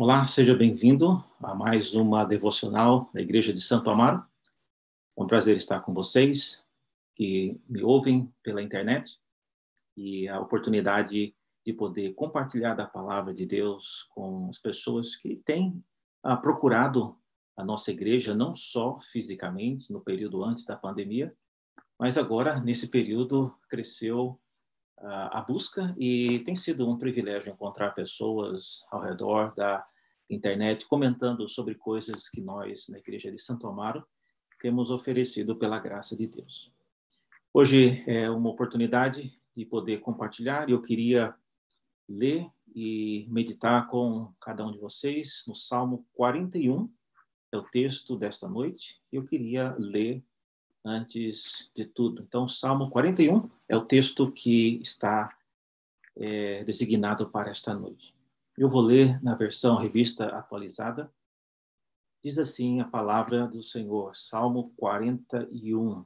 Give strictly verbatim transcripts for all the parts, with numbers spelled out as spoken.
Olá, seja bem-vindo a mais uma devocional da Igreja de Santo Amaro. É um prazer estar com vocês que me ouvem pela internet e a oportunidade de poder compartilhar da palavra de Deus com as pessoas que têm ah, procurado a nossa igreja, não só fisicamente, no período antes da pandemia, mas agora, nesse período, cresceu ah, a busca e tem sido um privilégio encontrar pessoas ao redor da internet comentando sobre coisas que nós, na Igreja de Santo Amaro, temos oferecido pela graça de Deus. Hoje é uma oportunidade de poder compartilhar e eu queria ler e meditar com cada um de vocês no Salmo quarenta e um, é o texto desta noite, e eu queria ler antes de tudo. Então, Salmo quarenta e um é o texto que está é, designado para esta noite. Eu vou ler na versão revista atualizada. Diz assim a palavra do Senhor, Salmo quarenta e um.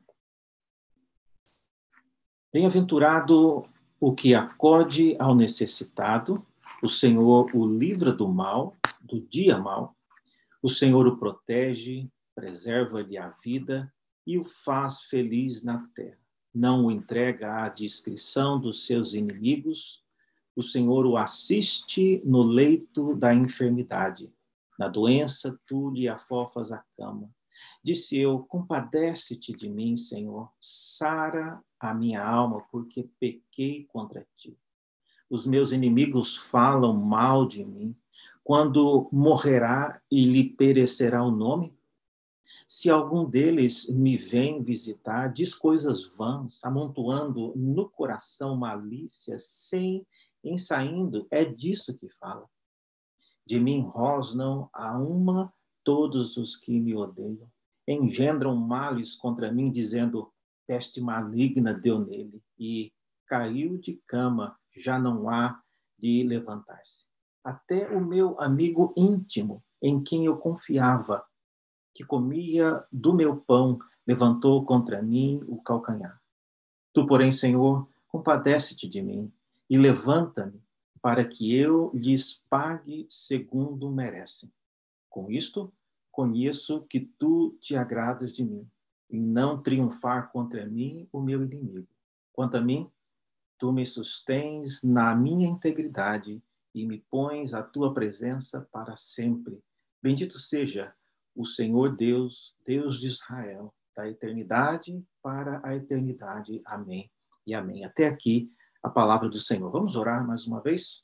Bem-aventurado o que acode ao necessitado, o Senhor o livra do mal, do dia mau, o Senhor o protege, preserva-lhe a vida e o faz feliz na terra. Não o entrega à discrição dos seus inimigos, o Senhor o assiste no leito da enfermidade. Na doença, tu lhe afofas a cama. Disse eu, compadece-te de mim, Senhor. Sara a minha alma, porque pequei contra ti. Os meus inimigos falam mal de mim. Quando morrerá e lhe perecerá o nome? Se algum deles me vem visitar, diz coisas vãs, amontoando no coração malícia, sem ensaindo, é disso que fala. De mim rosnam a uma todos os que me odeiam. Engendram males contra mim, dizendo, peste maligna deu nele, e caiu de cama, já não há de levantar-se. Até o meu amigo íntimo, em quem eu confiava, que comia do meu pão, levantou contra mim o calcanhar. Tu, porém, Senhor, compadece-te de mim e levanta-me para que eu lhes pague segundo merecem. Com isto, conheço que tu te agradas de mim, e não triunfar contra mim o meu inimigo. Quanto a mim, tu me sustens na minha integridade e me pões à tua presença para sempre. Bendito seja o Senhor Deus, Deus de Israel, da eternidade para a eternidade. Amém e amém. Até aqui a palavra do Senhor. Vamos orar mais uma vez?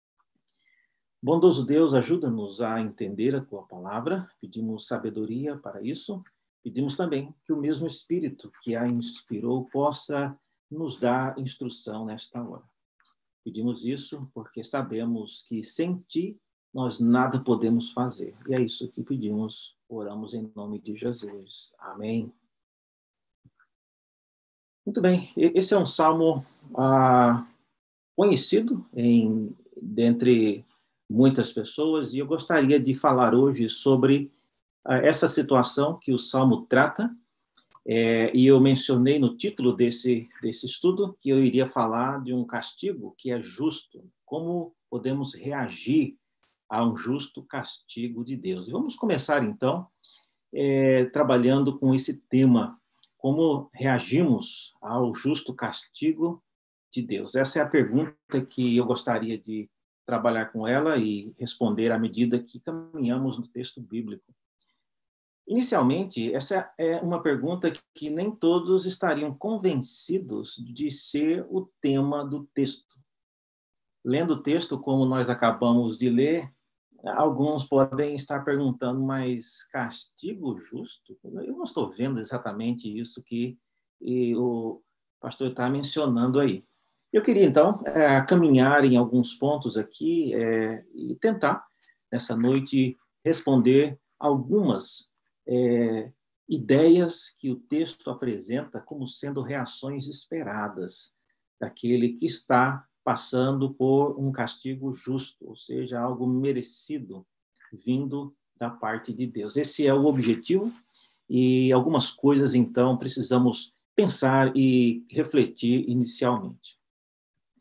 Bondoso Deus, ajuda-nos a entender a tua palavra. Pedimos sabedoria para isso. Pedimos também que o mesmo Espírito que a inspirou possa nos dar instrução nesta hora. Pedimos isso porque sabemos que sem ti nós nada podemos fazer. E é isso que pedimos, oramos em nome de Jesus. Amém. Muito bem, esse é um salmo ah, conhecido em, dentre muitas pessoas, e eu gostaria de falar hoje sobre ah, essa situação que o salmo trata, é, e eu mencionei no título desse, desse estudo que eu iria falar de um castigo que é justo, como podemos reagir a um justo castigo de Deus. E vamos começar, então, é, trabalhando com esse tema, como reagimos ao justo castigo de Deus. Essa é a pergunta que eu gostaria de trabalhar com ela e responder à medida que caminhamos no texto bíblico. Inicialmente, essa é uma pergunta que nem todos estariam convencidos de ser o tema do texto. Lendo o texto, como nós acabamos de ler, alguns podem estar perguntando, mas castigo justo? Eu não estou vendo exatamente isso que o pastor está mencionando aí. Eu queria, então, é, caminhar em alguns pontos aqui é, e tentar, nessa noite, responder algumas é, ideias que o texto apresenta como sendo reações esperadas daquele que está passando por um castigo justo, ou seja, algo merecido vindo da parte de Deus. Esse é o objetivo e algumas coisas, então, precisamos pensar e refletir inicialmente.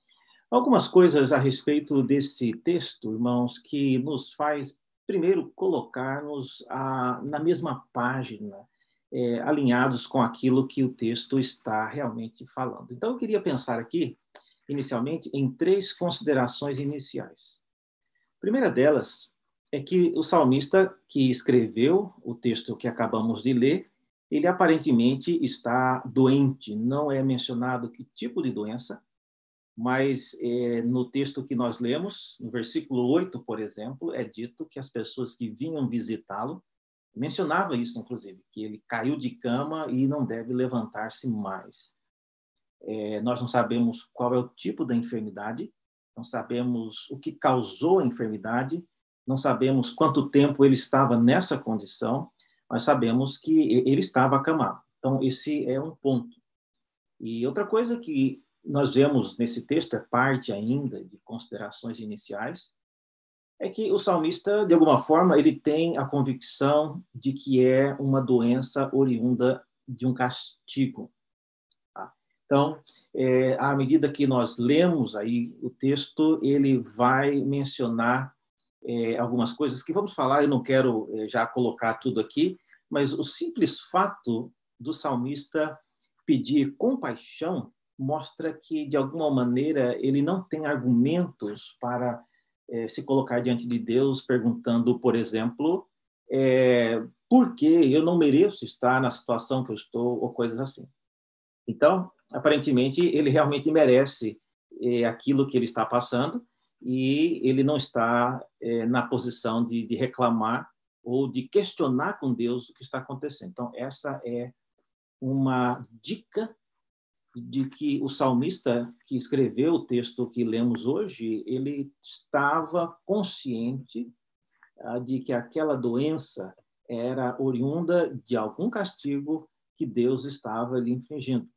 Algumas coisas a respeito desse texto, irmãos, que nos faz, primeiro, colocar-nos a, na mesma página, é, alinhados com aquilo que o texto está realmente falando. Então, eu queria pensar aqui, inicialmente, em três considerações iniciais. A primeira delas é que o salmista que escreveu o texto que acabamos de ler, ele aparentemente está doente, não é mencionado que tipo de doença, mas é, no texto que nós lemos, no versículo oito, por exemplo, é dito que as pessoas que vinham visitá-lo, mencionava isso, inclusive, que ele caiu de cama e não deve levantar-se mais. É, nós não sabemos qual é o tipo da enfermidade, não sabemos o que causou a enfermidade, não sabemos quanto tempo ele estava nessa condição, mas sabemos que ele estava acamado. Então, esse é um ponto. E outra coisa que nós vemos nesse texto, é parte ainda de considerações iniciais, é que o salmista, de alguma forma, ele tem a convicção de que é uma doença oriunda de um castigo. Tá? Então, é, à medida que nós lemos aí o texto, ele vai mencionar é, algumas coisas que vamos falar, eu não quero é, já colocar tudo aqui, mas o simples fato do salmista pedir compaixão mostra que, de alguma maneira, ele não tem argumentos para é, se colocar diante de Deus perguntando, por exemplo, é, por que eu não mereço estar na situação que eu estou, ou coisas assim. Então, aparentemente, ele realmente merece é, aquilo que ele está passando e ele não está é, na posição de, de reclamar ou de questionar com Deus o que está acontecendo. Então, essa é uma dica de que o salmista que escreveu o texto que lemos hoje, ele estava consciente ah, de que aquela doença era oriunda de algum castigo que Deus estava lhe infligindo.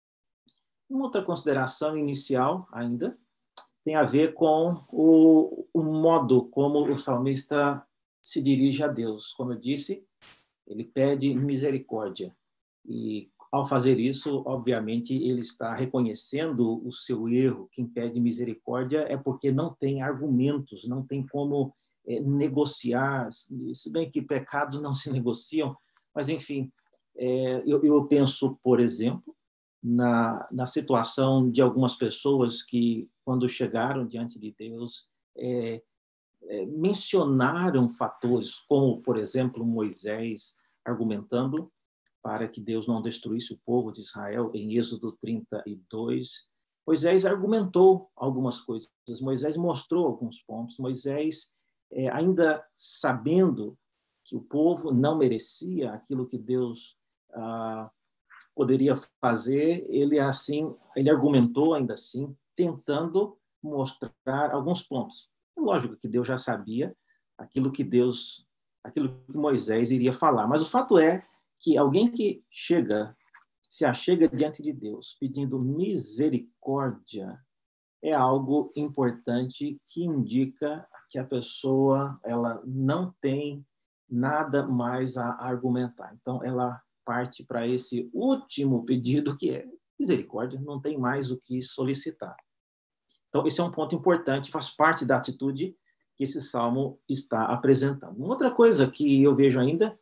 Uma outra consideração inicial ainda tem a ver com o, o modo como o salmista se dirige a Deus. Como eu disse, ele pede misericórdia. E, ao fazer isso, obviamente, ele está reconhecendo o seu erro. Quem pede misericórdia é porque não tem argumentos, não tem como é, negociar. Se bem que pecados não se negociam, mas, enfim, é, eu, eu penso, por exemplo, na, na situação de algumas pessoas que, quando chegaram diante de Deus, é, é, mencionaram fatores, como, por exemplo, Moisés argumentando para que Deus não destruísse o povo de Israel, em Êxodo trinta e dois. Moisés argumentou algumas coisas, Moisés mostrou alguns pontos, Moisés, é, ainda sabendo que o povo não merecia aquilo que Deus ah, poderia fazer, ele assim, ele argumentou ainda assim, tentando mostrar alguns pontos. É lógico que Deus já sabia aquilo que Deus, aquilo que Moisés iria falar, mas o fato é que alguém que chega, se achega diante de Deus pedindo misericórdia, é algo importante que indica que a pessoa ela não tem nada mais a argumentar. Então, ela parte para esse último pedido, que é misericórdia, não tem mais o que solicitar. Então, esse é um ponto importante, faz parte da atitude que esse salmo está apresentando. Uma outra coisa que eu vejo ainda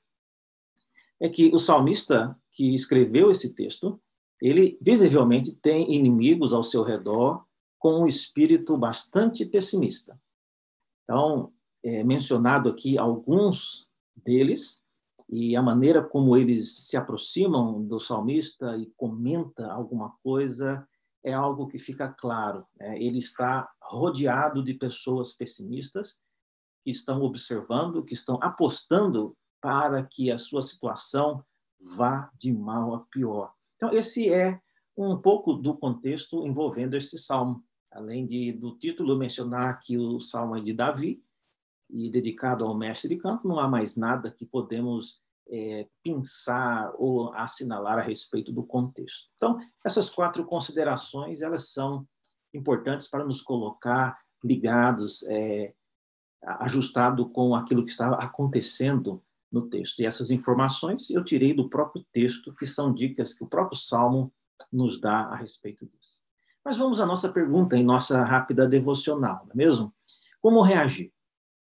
é que o salmista que escreveu esse texto, ele visivelmente tem inimigos ao seu redor com um espírito bastante pessimista. Então, é mencionado aqui alguns deles, e a maneira como eles se aproximam do salmista e comenta alguma coisa é algo que fica claro. Né? Ele está rodeado de pessoas pessimistas que estão observando, que estão apostando para que a sua situação vá de mal a pior. Então, esse é um pouco do contexto envolvendo esse salmo. Além de, do título mencionar que o salmo é de Davi e dedicado ao mestre de campo, não há mais nada que podemos é, pensar ou assinalar a respeito do contexto. Então, essas quatro considerações, elas são importantes para nos colocar ligados, é, ajustado com aquilo que estava acontecendo no texto. E essas informações eu tirei do próprio texto, que são dicas que o próprio Salmo nos dá a respeito disso. Mas vamos à nossa pergunta em nossa rápida devocional, não é mesmo? Como reagir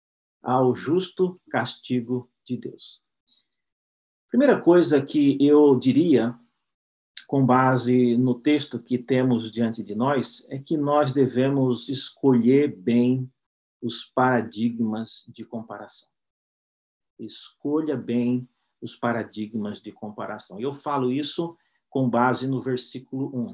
ao justo castigo de Deus? Primeira coisa que eu diria, com base no texto que temos diante de nós, é que nós devemos escolher bem os paradigmas de comparação. Escolha bem os paradigmas de comparação. Eu falo isso com base no versículo um.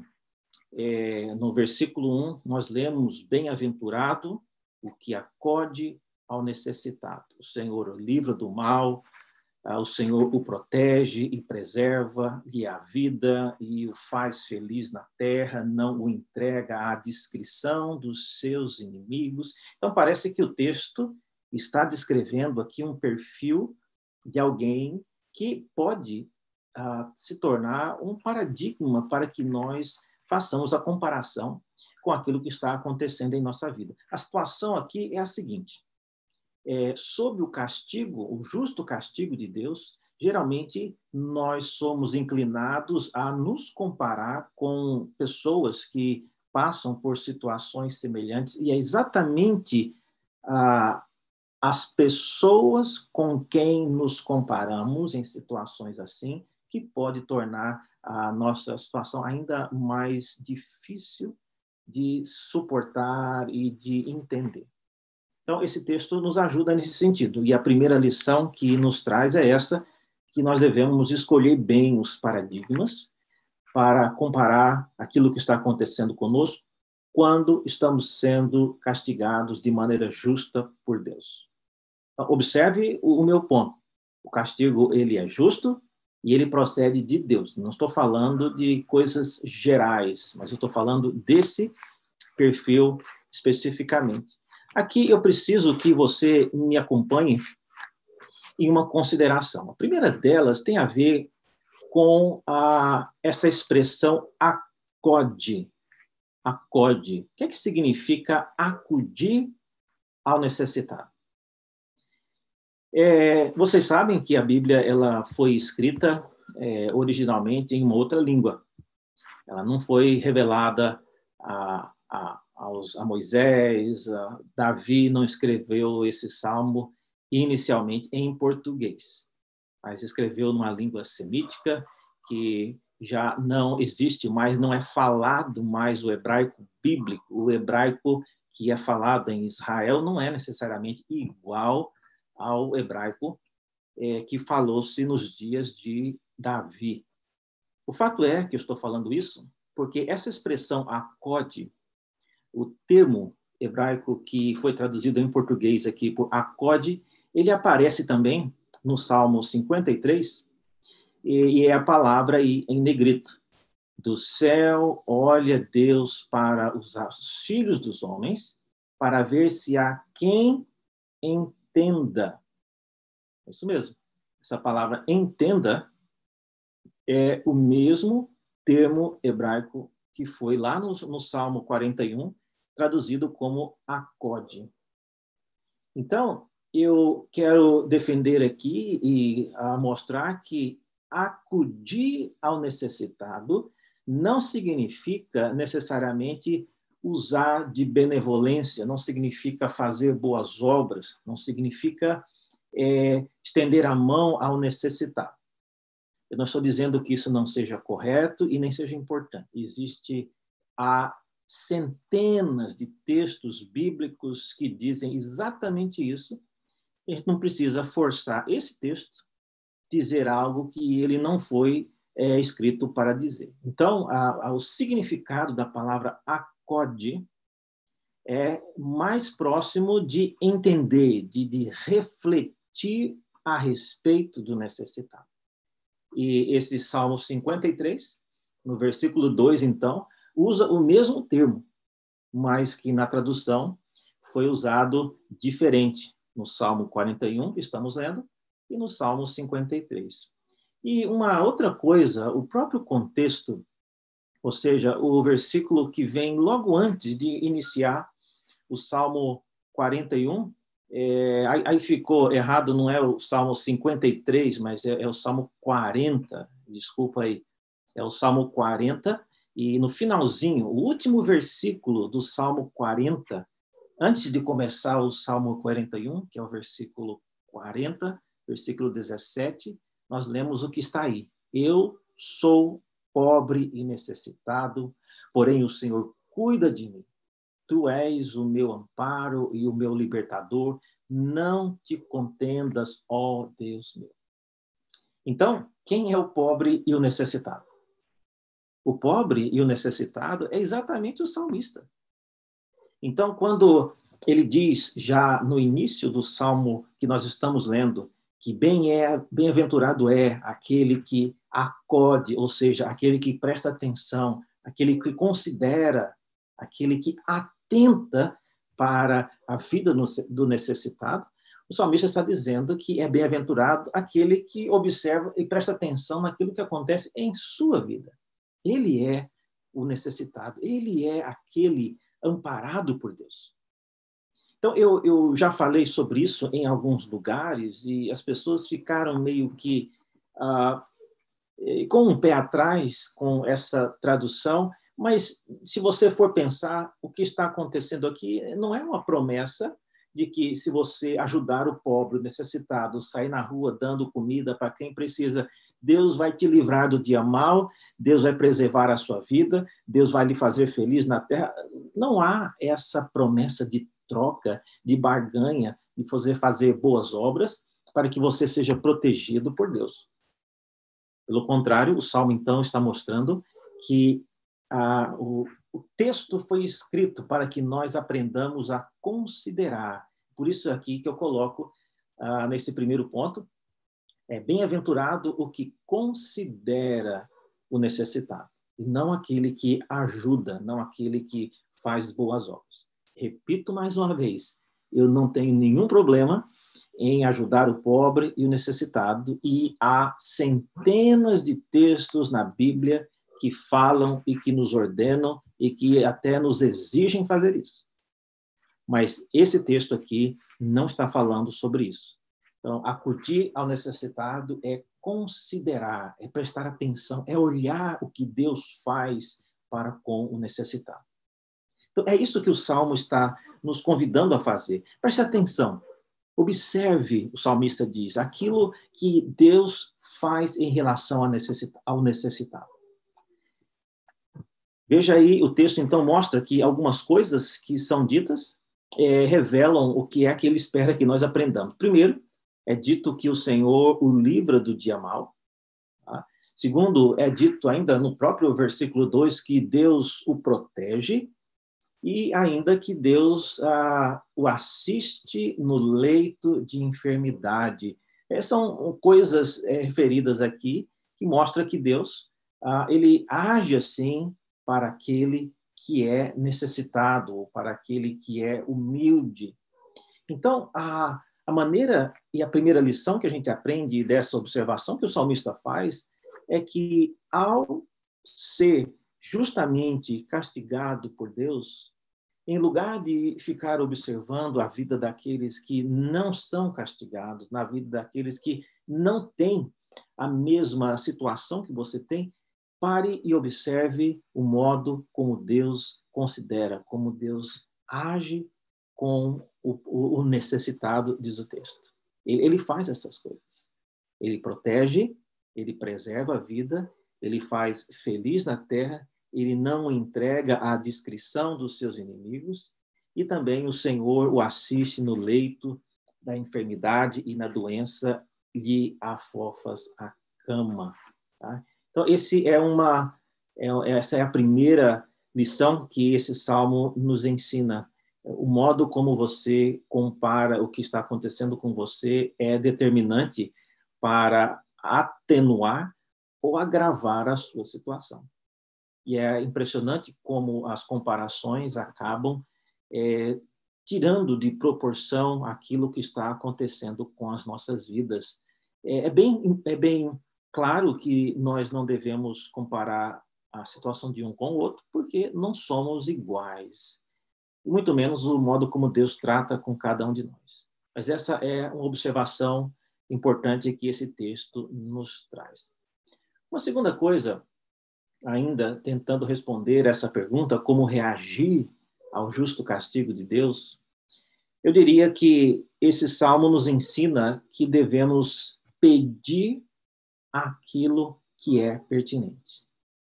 É, no versículo um, nós lemos: bem-aventurado o que acode ao necessitado. O Senhor o livra do mal, o Senhor o protege e preserva-lhe a vida e o faz feliz na terra, não o entrega à discrição dos seus inimigos. Então, parece que o texto está descrevendo aqui um perfil de alguém que pode uh, se tornar um paradigma para que nós façamos a comparação com aquilo que está acontecendo em nossa vida. A situação aqui é a seguinte: é, sob o castigo, o justo castigo de Deus, geralmente nós somos inclinados a nos comparar com pessoas que passam por situações semelhantes, e é exatamente ah, as pessoas com quem nos comparamos em situações assim que pode tornar a nossa situação ainda mais difícil de suportar e de entender. Então, esse texto nos ajuda nesse sentido. E a primeira lição que nos traz é essa, que nós devemos escolher bem os paradigmas para comparar aquilo que está acontecendo conosco quando estamos sendo castigados de maneira justa por Deus. Então, observe o meu ponto. O castigo, ele é justo e ele procede de Deus. Não estou falando de coisas gerais, mas eu estou falando desse perfil especificamente. Aqui eu preciso que você me acompanhe em uma consideração. A primeira delas tem a ver com a, essa expressão acode. Acode. O que é que significa acudir ao necessitado? É, vocês sabem que a Bíblia ela foi escrita é, originalmente em uma outra língua. Ela não foi revelada a, a, aos, a Moisés, a Davi não escreveu esse salmo inicialmente em português, mas escreveu numa língua semítica que já não existe mais, não é falado mais o hebraico bíblico. O hebraico que é falado em Israel não é necessariamente igual ao hebraico é, que falou-se nos dias de Davi. O fato é que eu estou falando isso porque essa expressão acode, o termo hebraico que foi traduzido em português aqui por acode, ele aparece também no Salmo cinquenta e três, e é a palavra aí em negrito. Do céu olha Deus para os filhos dos homens, para ver se há quem entenda. É isso mesmo. Essa palavra entenda é o mesmo termo hebraico que foi lá no, no Salmo quarenta e um, traduzido como acode. Então, eu quero defender aqui e a mostrar que acudir ao necessitado não significa necessariamente usar de benevolência, não significa fazer boas obras, não significa é, estender a mão ao necessitado. Eu não estou dizendo que isso não seja correto e nem seja importante. Existe há centenas de textos bíblicos que dizem exatamente isso. A gente não precisa forçar esse texto dizer algo que ele não foi é, escrito para dizer. Então, a, a, o significado da palavra acode é mais próximo de entender, de, de refletir a respeito do necessitado. E esse Salmo cinquenta e três, no versículo dois, então, usa o mesmo termo, mas que na tradução foi usado diferente no Salmo quarenta e um, que estamos lendo, e no Salmo cinquenta e três. E uma outra coisa, o próprio contexto, ou seja, o versículo que vem logo antes de iniciar o Salmo quarenta e um, é, aí, aí ficou errado, não é o Salmo cinquenta e três, mas é, é o Salmo quarenta, desculpa aí, é o Salmo quarenta, E no finalzinho, o último versículo do Salmo quarenta, antes de começar o Salmo quarenta e um, que é o versículo quarenta, versículo dezessete, nós lemos o que está aí. Eu sou pobre e necessitado, porém o Senhor cuida de mim. Tu és o meu amparo e o meu libertador. Não te contendas, ó Deus meu. Então, quem é o pobre e o necessitado? O pobre e o necessitado é exatamente o salmista. Então, quando ele diz, já no início do salmo que nós estamos lendo, que bem é, bem-aventurado é aquele que acode, ou seja, aquele que presta atenção, aquele que considera, aquele que atenta para a vida do necessitado, o salmista está dizendo que é bem-aventurado aquele que observa e presta atenção naquilo que acontece em sua vida. Ele é o necessitado, ele é aquele amparado por Deus. Então, eu, eu já falei sobre isso em alguns lugares e as pessoas ficaram meio que ah, com um pé atrás com essa tradução, mas se você for pensar, o que está acontecendo aqui não é uma promessa de que se você ajudar o pobre, o necessitado, sair na rua dando comida para quem precisa, Deus vai te livrar do dia mal, Deus vai preservar a sua vida, Deus vai lhe fazer feliz na terra. Não há essa promessa de troca, de barganha, de fazer, fazer boas obras para que você seja protegido por Deus. Pelo contrário, o Salmo, então, está mostrando que ah, o, o texto foi escrito para que nós aprendamos a considerar. Por isso aqui que eu coloco ah, nesse primeiro ponto, é bem-aventurado o que considera o necessitado, e não aquele que ajuda, não aquele que faz boas obras. Repito mais uma vez, eu não tenho nenhum problema em ajudar o pobre e o necessitado, e há centenas de textos na Bíblia que falam e que nos ordenam e que até nos exigem fazer isso. Mas esse texto aqui não está falando sobre isso. Então, acudir ao necessitado é considerar, é prestar atenção, é olhar o que Deus faz para com o necessitado. Então, é isso que o Salmo está nos convidando a fazer. Preste atenção. Observe, o salmista diz, aquilo que Deus faz em relação ao necessitado. Veja aí, o texto então mostra que algumas coisas que são ditas é, revelam o que é que ele espera que nós aprendamos. Primeiro, é dito que o Senhor o livra do dia mau. Tá? Segundo, é dito ainda no próprio versículo dois que Deus o protege e ainda que Deus ah, o assiste no leito de enfermidade. É, são coisas é, referidas aqui que mostram que Deus ah, ele age assim para aquele que é necessitado, ou para aquele que é humilde. Então, a, a maneira e a primeira lição que a gente aprende dessa observação que o salmista faz é que, ao ser justamente castigado por Deus, em lugar de ficar observando a vida daqueles que não são castigados, na vida daqueles que não têm a mesma situação que você tem, pare e observe o modo como Deus considera, como Deus age com o, o necessitado, diz o texto. Ele, ele faz essas coisas. Ele protege, ele preserva a vida, ele faz feliz na terra, ele não o entrega à discrição dos seus inimigos, e também o Senhor o assiste no leito da enfermidade e na doença, lhe afofas a cama. Tá? Então, esse é uma, é, essa é a primeira lição que esse salmo nos ensina. O modo como você compara o que está acontecendo com você é determinante para atenuar ou agravar a sua situação. E é impressionante como as comparações acabam é, tirando de proporção aquilo que está acontecendo com as nossas vidas. É, é, bem, é bem claro que nós não devemos comparar a situação de um com o outro, porque não somos iguais. E muito menos o modo como Deus trata com cada um de nós. Mas essa é uma observação importante que esse texto nos traz. Uma segunda coisa ainda tentando responder essa pergunta, como reagir ao justo castigo de Deus, eu diria que esse salmo nos ensina que devemos pedir aquilo que é pertinente.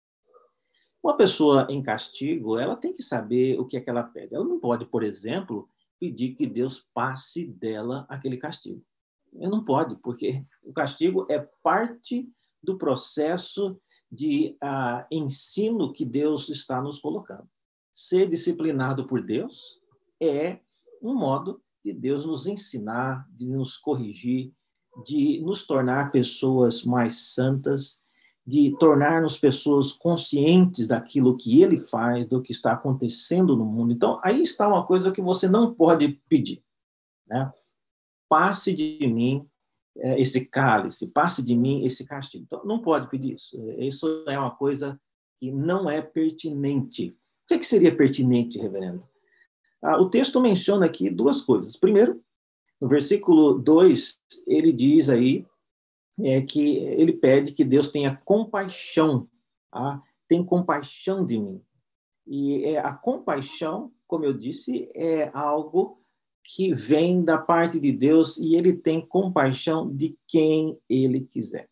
Uma pessoa em castigo, ela tem que saber o que é que ela pede. Ela não pode, por exemplo, pedir que Deus passe dela aquele castigo. Ela não pode, porque o castigo é parte do processo de uh, ensino que Deus está nos colocando. Ser disciplinado por Deus é um modo de Deus nos ensinar, de nos corrigir, de nos tornar pessoas mais santas, de tornar-nos pessoas conscientes daquilo que Ele faz, do que está acontecendo no mundo. Então, aí está uma coisa que você não pode pedir, né? Passe de mim esse cálice, passe de mim esse castigo. Então, não pode pedir isso. Isso é uma coisa que não é pertinente. O que seria pertinente, reverendo? Ah, o texto menciona aqui duas coisas. Primeiro, no versículo dois, ele diz aí é, que ele pede que Deus tenha compaixão, ah, tem compaixão de mim. E é, a compaixão, como eu disse, é algo que vem da parte de Deus e ele tem compaixão de quem ele quiser.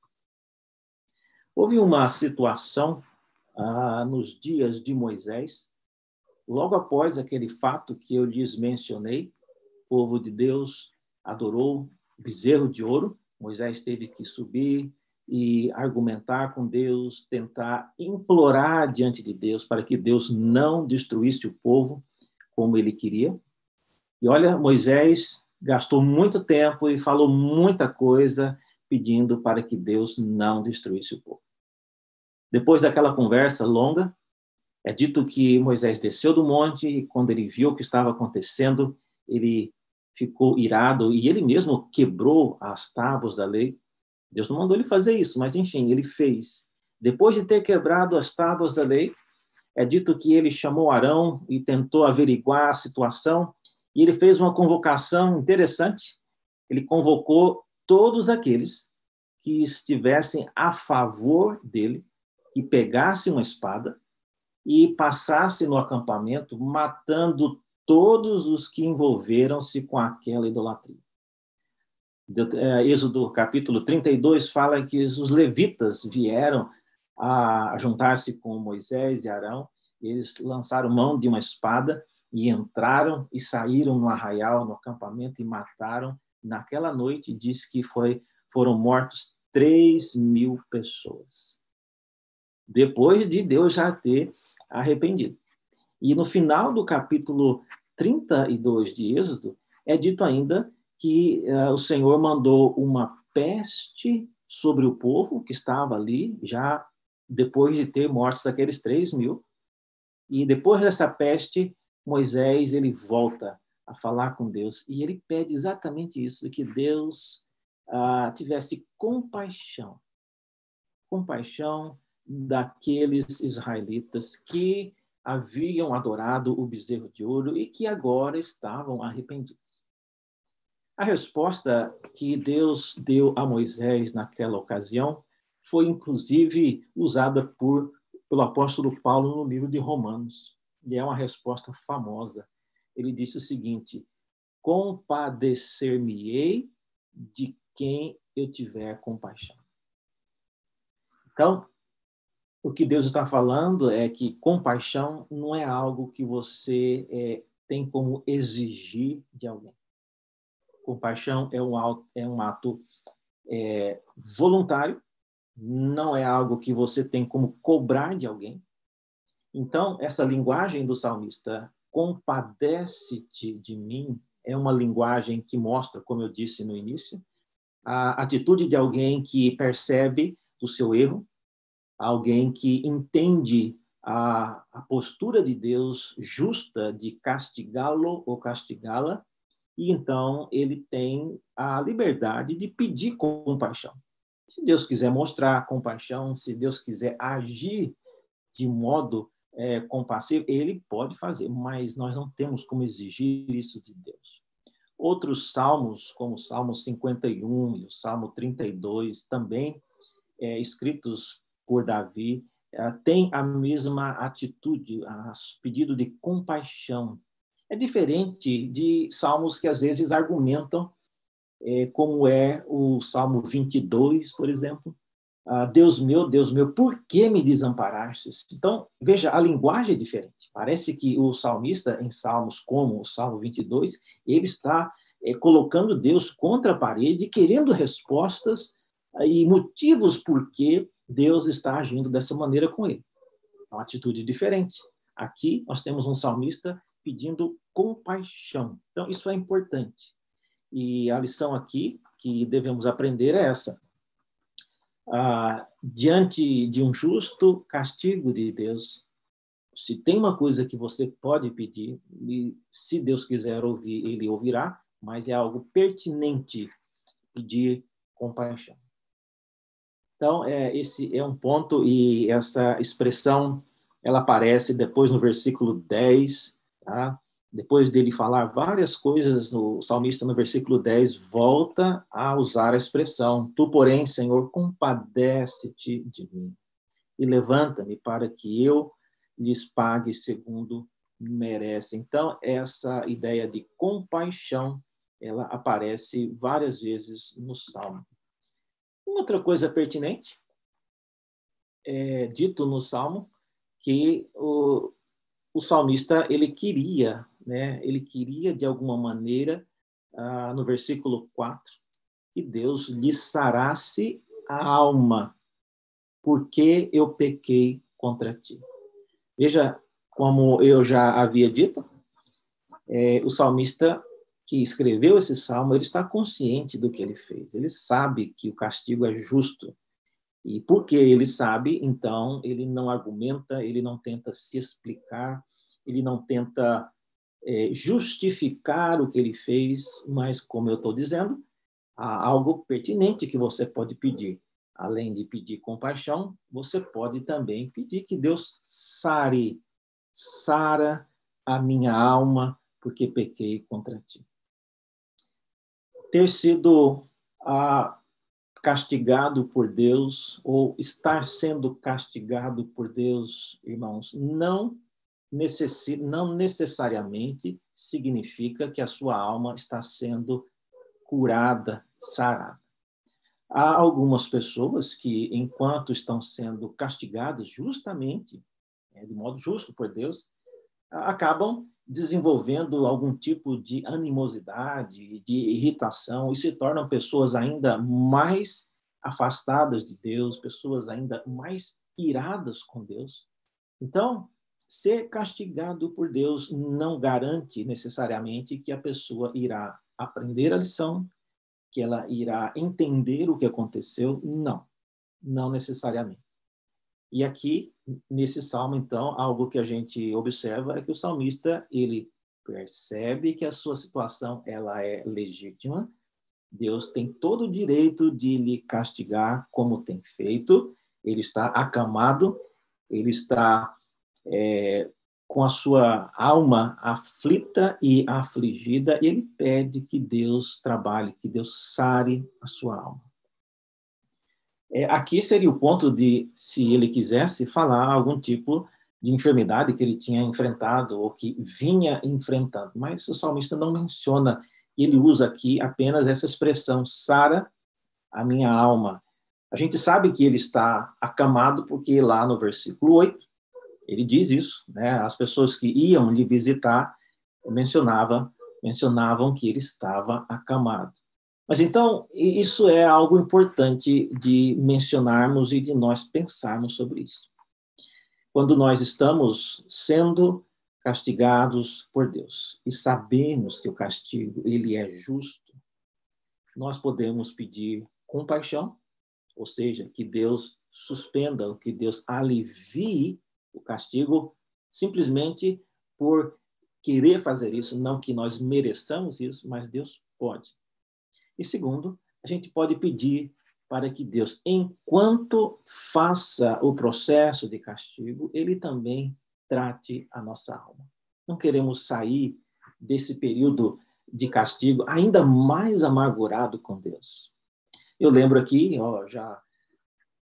Houve uma situação ah, nos dias de Moisés, logo após aquele fato que eu lhes mencionei, o povo de Deus adorou o bezerro de ouro, Moisés teve que subir e argumentar com Deus, tentar implorar diante de Deus para que Deus não destruísse o povo como ele queria. E olha, Moisés gastou muito tempo e falou muita coisa pedindo para que Deus não destruísse o povo. Depois daquela conversa longa, é dito que Moisés desceu do monte e quando ele viu o que estava acontecendo, ele ficou irado e ele mesmo quebrou as tábuas da lei. Deus não mandou ele fazer isso, mas enfim, ele fez. Depois de ter quebrado as tábuas da lei, é dito que ele chamou Arão e tentou averiguar a situação e ele fez uma convocação interessante. Ele convocou todos aqueles que estivessem a favor dele, que pegassem uma espada e passassem no acampamento matando todos os que envolveram-se com aquela idolatria. Êxodo capítulo trinta e dois fala que os levitas vieram a juntar-se com Moisés e Arão, eles lançaram mão de uma espada e entraram e saíram no arraial, no acampamento e mataram. Naquela noite diz que foi, foram mortos três mil pessoas. Depois de Deus já ter arrependido. E no final do capítulo trinta e dois de Êxodo, é dito ainda que uh, o Senhor mandou uma peste sobre o povo que estava ali, já depois de ter mortos aqueles três mil. E depois dessa peste, Moisés ele volta a falar com Deus e ele pede exatamente isso, que Deus uh, tivesse compaixão, compaixão daqueles israelitas que haviam adorado o bezerro de ouro e que agora estavam arrependidos. A resposta que Deus deu a Moisés naquela ocasião foi, inclusive, usada por, pelo apóstolo Paulo no livro de Romanos. E é uma resposta famosa. Ele disse o seguinte: compadecer-me-ei de quem eu tiver compaixão. Então, o que Deus está falando é que compaixão não é algo que você é, tem como exigir de alguém. Compaixão é um, é um ato é, voluntário, não é algo que você tem como cobrar de alguém. Então, essa linguagem do salmista, compadece-te de mim, é uma linguagem que mostra, como eu disse no início, a atitude de alguém que percebe o seu erro, alguém que entende a, a postura de Deus justa de castigá-lo ou castigá-la, e então ele tem a liberdade de pedir compaixão. Se Deus quiser mostrar compaixão, se Deus quiser agir de modo é, compassivo, ele pode fazer, mas nós não temos como exigir isso de Deus. Outros salmos, como o Salmo cinquenta e um e o Salmo trinta e dois, também é, escritos por Davi, tem a mesma atitude, a pedido de compaixão. É diferente de salmos que às vezes argumentam, é, como é o Salmo vinte e dois, por exemplo. Ah, Deus meu, Deus meu, por que me desamparastes? Então, veja, a linguagem é diferente. Parece que o salmista, em salmos como o Salmo vinte e dois, ele está é, colocando Deus contra a parede, querendo respostas e motivos por que Deus está agindo dessa maneira com ele. É uma atitude diferente. Aqui nós temos um salmista pedindo compaixão. Então, isso é importante. E a lição aqui que devemos aprender é essa. Ah, diante de um justo castigo de Deus, se tem uma coisa que você pode pedir, e se Deus quiser ouvir, ele ouvirá, mas é algo pertinente pedir compaixão. Então, é, esse é um ponto, e essa expressão, ela aparece depois no versículo dez, tá? Depois dele falar várias coisas, o salmista, no versículo dez, volta a usar a expressão: tu, porém, Senhor, compadece-te de mim e levanta-me para que eu lhes pague segundo merece. Então, essa ideia de compaixão, ela aparece várias vezes no Salmo. Outra coisa pertinente, é dito no Salmo que o, o salmista, ele queria, né, ele queria de alguma maneira, ah, no versículo quatro, que Deus lhe sarasse a alma, porque eu pequei contra ti. Veja, como eu já havia dito, é, o salmista que escreveu esse salmo, ele está consciente do que ele fez. Ele sabe que o castigo é justo. E porque ele sabe, então, ele não argumenta, ele não tenta se explicar, ele não tenta é, justificar o que ele fez, mas, como eu estou dizendo, há algo pertinente que você pode pedir. Além de pedir compaixão, você pode também pedir que Deus sare, sara a minha alma, porque pequei contra ti. Ter sido a castigado por Deus, ou estar sendo castigado por Deus, irmãos, não, necessi- não necessariamente significa que a sua alma está sendo curada, sarada. Há algumas pessoas que, enquanto estão sendo castigadas justamente, de modo justo por Deus, acabam desenvolvendo algum tipo de animosidade, de irritação, e se tornam pessoas ainda mais afastadas de Deus, pessoas ainda mais iradas com Deus. Então, ser castigado por Deus não garante necessariamente que a pessoa irá aprender a lição, que ela irá entender o que aconteceu. Não, não necessariamente. E aqui, nesse salmo, então, algo que a gente observa é que o salmista, ele percebe que a sua situação ela é legítima, Deus tem todo o direito de lhe castigar como tem feito, ele está acamado, ele está é, com a sua alma aflita e afligida, e ele pede que Deus trabalhe, que Deus sare a sua alma. É, aqui seria o ponto de, se ele quisesse, falar algum tipo de enfermidade que ele tinha enfrentado ou que vinha enfrentando. Mas o salmista não menciona, ele usa aqui apenas essa expressão, sara a minha alma. A gente sabe que ele está acamado porque lá no versículo oito, ele diz isso, né? As pessoas que iam lhe visitar mencionavam, mencionavam que ele estava acamado. Mas então, isso é algo importante de mencionarmos e de nós pensarmos sobre isso. Quando nós estamos sendo castigados por Deus e sabemos que o castigo ele é justo, nós podemos pedir compaixão, ou seja, que Deus suspenda, que Deus alivie o castigo simplesmente por querer fazer isso, não que nós mereçamos isso, mas Deus pode. E segundo, a gente pode pedir para que Deus, enquanto faça o processo de castigo, ele também trate a nossa alma. Não queremos sair desse período de castigo ainda mais amargurado com Deus. Eu lembro aqui, ó, já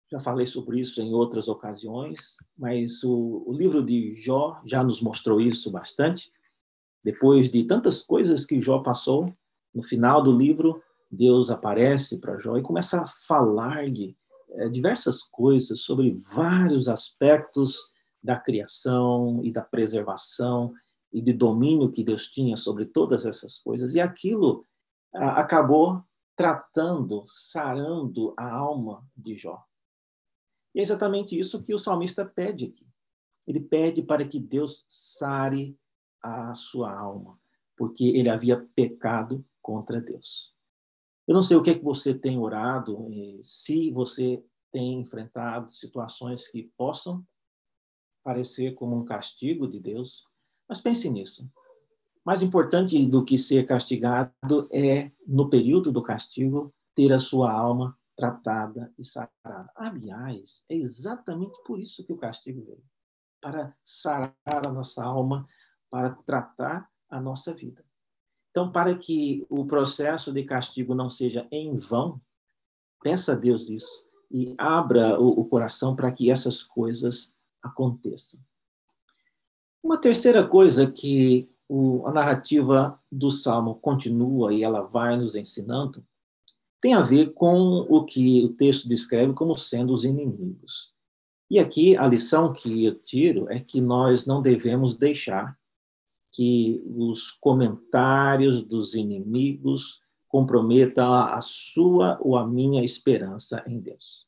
já falei sobre isso em outras ocasiões, mas o, o livro de Jó já nos mostrou isso bastante. Depois de tantas coisas que Jó passou, no final do livro, Deus aparece para Jó e começa a falar-lhe é, diversas coisas sobre vários aspectos da criação e da preservação e de domínio que Deus tinha sobre todas essas coisas. E aquilo a, acabou tratando, sarando a alma de Jó. E é exatamente isso que o salmista pede aqui. Ele pede para que Deus sare a sua alma, porque ele havia pecado contra Deus. Eu não sei o que é que você tem orado, se você tem enfrentado situações que possam parecer como um castigo de Deus, mas pense nisso. Mais importante do que ser castigado é, no período do castigo, ter a sua alma tratada e sarada. Aliás, é exatamente por isso que o castigo veio, para sarar a nossa alma, para tratar a nossa vida. Então, para que o processo de castigo não seja em vão, peça a Deus isso e abra o, o coração para que essas coisas aconteçam. Uma terceira coisa que o, a narrativa do Salmo continua e ela vai nos ensinando tem a ver com o que o texto descreve como sendo os inimigos. E aqui a lição que eu tiro é que nós não devemos deixar que os comentários dos inimigos comprometam a sua ou a minha esperança em Deus.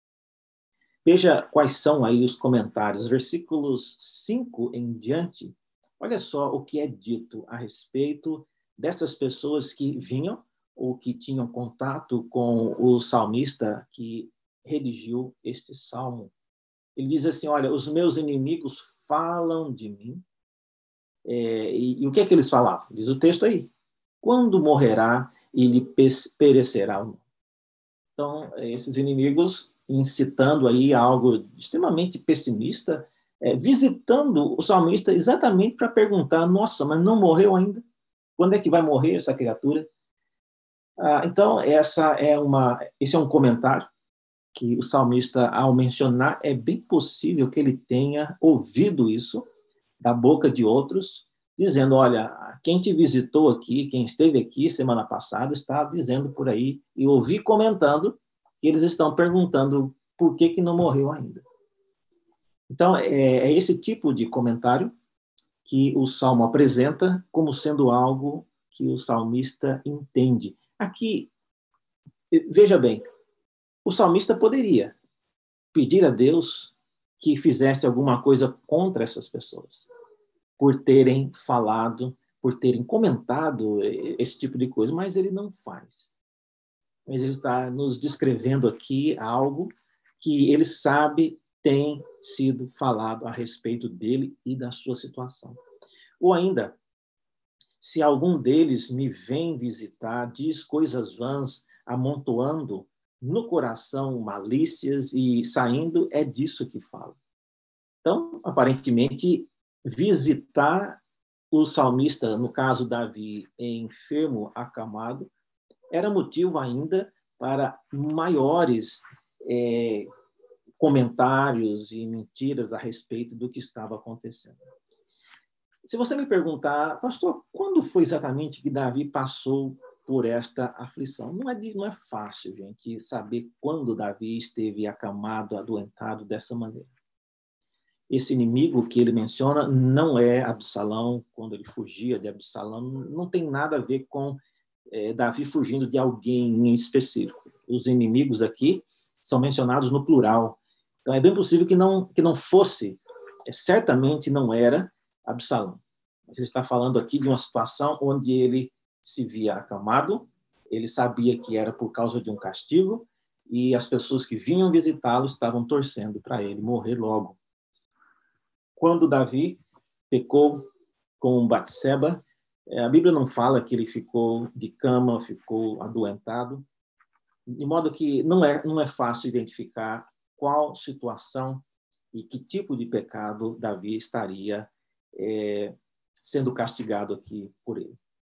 Veja quais são aí os comentários, versículos cinco em diante. Olha só o que é dito a respeito dessas pessoas que vinham ou que tinham contato com o salmista que redigiu este salmo. Ele diz assim, olha, os meus inimigos falam de mim. É, e, e o que é que eles falavam? Diz o texto aí. Quando morrerá, ele perecerá. Então, esses inimigos incitando aí algo extremamente pessimista, é, visitando o salmista exatamente para perguntar, nossa, mas não morreu ainda? Quando é que vai morrer essa criatura? Ah, então, essa é uma, esse é um comentário que o salmista, ao mencionar, é bem possível que ele tenha ouvido isso da boca de outros, dizendo, olha, quem te visitou aqui, quem esteve aqui semana passada, está dizendo por aí, e ouvi comentando, que eles estão perguntando por que, que não morreu ainda. Então, é, é esse tipo de comentário que o Salmo apresenta como sendo algo que o salmista entende. Aqui, veja bem, o salmista poderia pedir a Deus que fizesse alguma coisa contra essas pessoas, por terem falado, por terem comentado esse tipo de coisa, mas ele não faz. Mas ele está nos descrevendo aqui algo que ele sabe tem sido falado a respeito dele e da sua situação. Ou ainda, se algum deles me vem visitar, diz coisas vãs, amontoando no coração malícias e saindo, é disso que fala. Então, aparentemente, visitar o salmista, no caso Davi, enfermo, acamado, era motivo ainda para maiores é, comentários e mentiras a respeito do que estava acontecendo. Se você me perguntar, pastor, quando foi exatamente que Davi passou por esta aflição? Não é, não é fácil, gente, saber quando Davi esteve acamado, adoentado dessa maneira. Esse inimigo que ele menciona não é Absalão, quando ele fugia de Absalão, não tem nada a ver com é, Davi fugindo de alguém em específico. Os inimigos aqui são mencionados no plural. Então é bem possível que não, que não fosse, é, certamente não era Absalão. Mas ele está falando aqui de uma situação onde ele se via acamado, ele sabia que era por causa de um castigo, e as pessoas que vinham visitá-lo estavam torcendo para ele morrer logo. Quando Davi pecou com Batseba, a Bíblia não fala que ele ficou de cama, ficou adoentado, de modo que não é, não é fácil identificar qual situação e que tipo de pecado Davi estaria é, sendo castigado aqui por ele.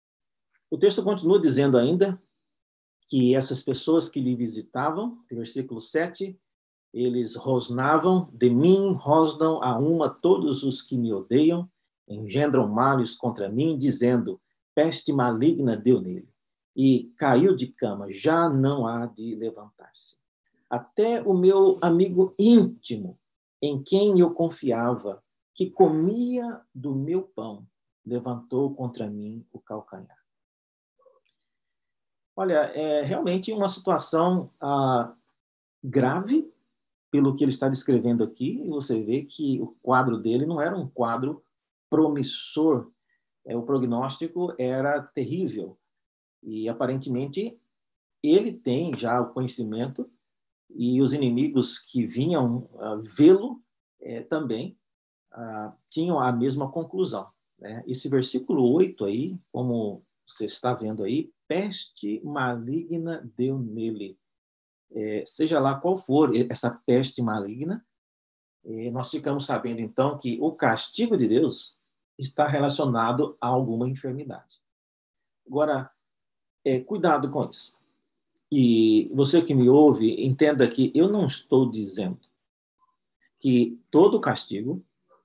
O texto continua dizendo ainda que essas pessoas que lhe visitavam, no versículo sete, Eles rosnavam, de mim rosnam a uma todos os que me odeiam, engendram males contra mim, dizendo, peste maligna deu nele. E caiu de cama, já não há de levantar-se. Até o meu amigo íntimo, em quem eu confiava, que comia do meu pão, levantou contra mim o calcanhar. Olha, é realmente uma situação ah, grave, pelo que ele está descrevendo aqui, e você vê que o quadro dele não era um quadro promissor. É, o prognóstico era terrível. E, aparentemente, ele tem já o conhecimento e os inimigos que vinham uh, vê-lo eh, também uh, tinham a mesma conclusão. Né? Esse versículo oito aí, como você está vendo aí, peste maligna deu nele. É, seja lá qual for essa peste maligna, é, nós ficamos sabendo, então, que o castigo de Deus está relacionado a alguma enfermidade. Agora, é, cuidado com isso. E você que me ouve, entenda que eu não estou dizendo que todo castigo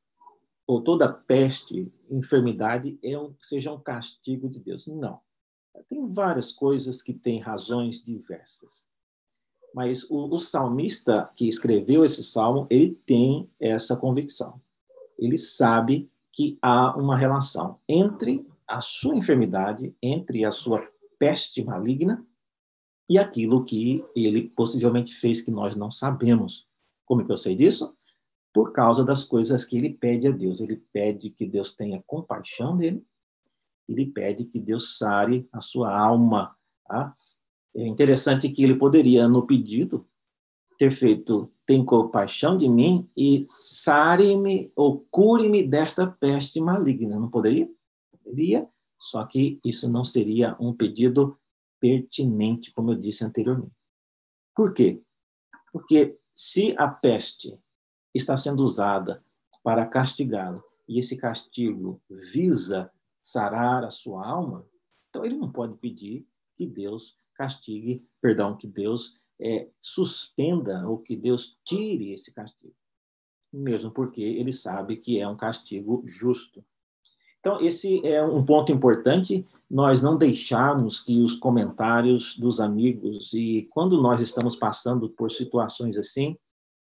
ou toda peste, enfermidade, é um, seja um castigo de Deus. Não. Tem várias coisas que têm razões diversas. Mas o, o salmista que escreveu esse salmo, ele tem essa convicção. Ele sabe que há uma relação entre a sua enfermidade, entre a sua peste maligna e aquilo que ele possivelmente fez que nós não sabemos. Como que eu sei disso? Por causa das coisas que ele pede a Deus. Ele pede que Deus tenha compaixão dele, ele pede que Deus sare a sua alma. Tá? É interessante que ele poderia, no pedido, ter feito, tem compaixão de mim e sare-me ou cure-me desta peste maligna. Não poderia? Poderia, só que isso não seria um pedido pertinente, como eu disse anteriormente. Por quê? Porque se a peste está sendo usada para castigá-lo e esse castigo visa sarar a sua alma, então ele não pode pedir que Deus castigue, perdão, que Deus é, suspenda ou que Deus tire esse castigo, mesmo porque ele sabe que é um castigo justo. Então, esse é um ponto importante, nós não deixarmos que os comentários dos amigos, e quando nós estamos passando por situações assim,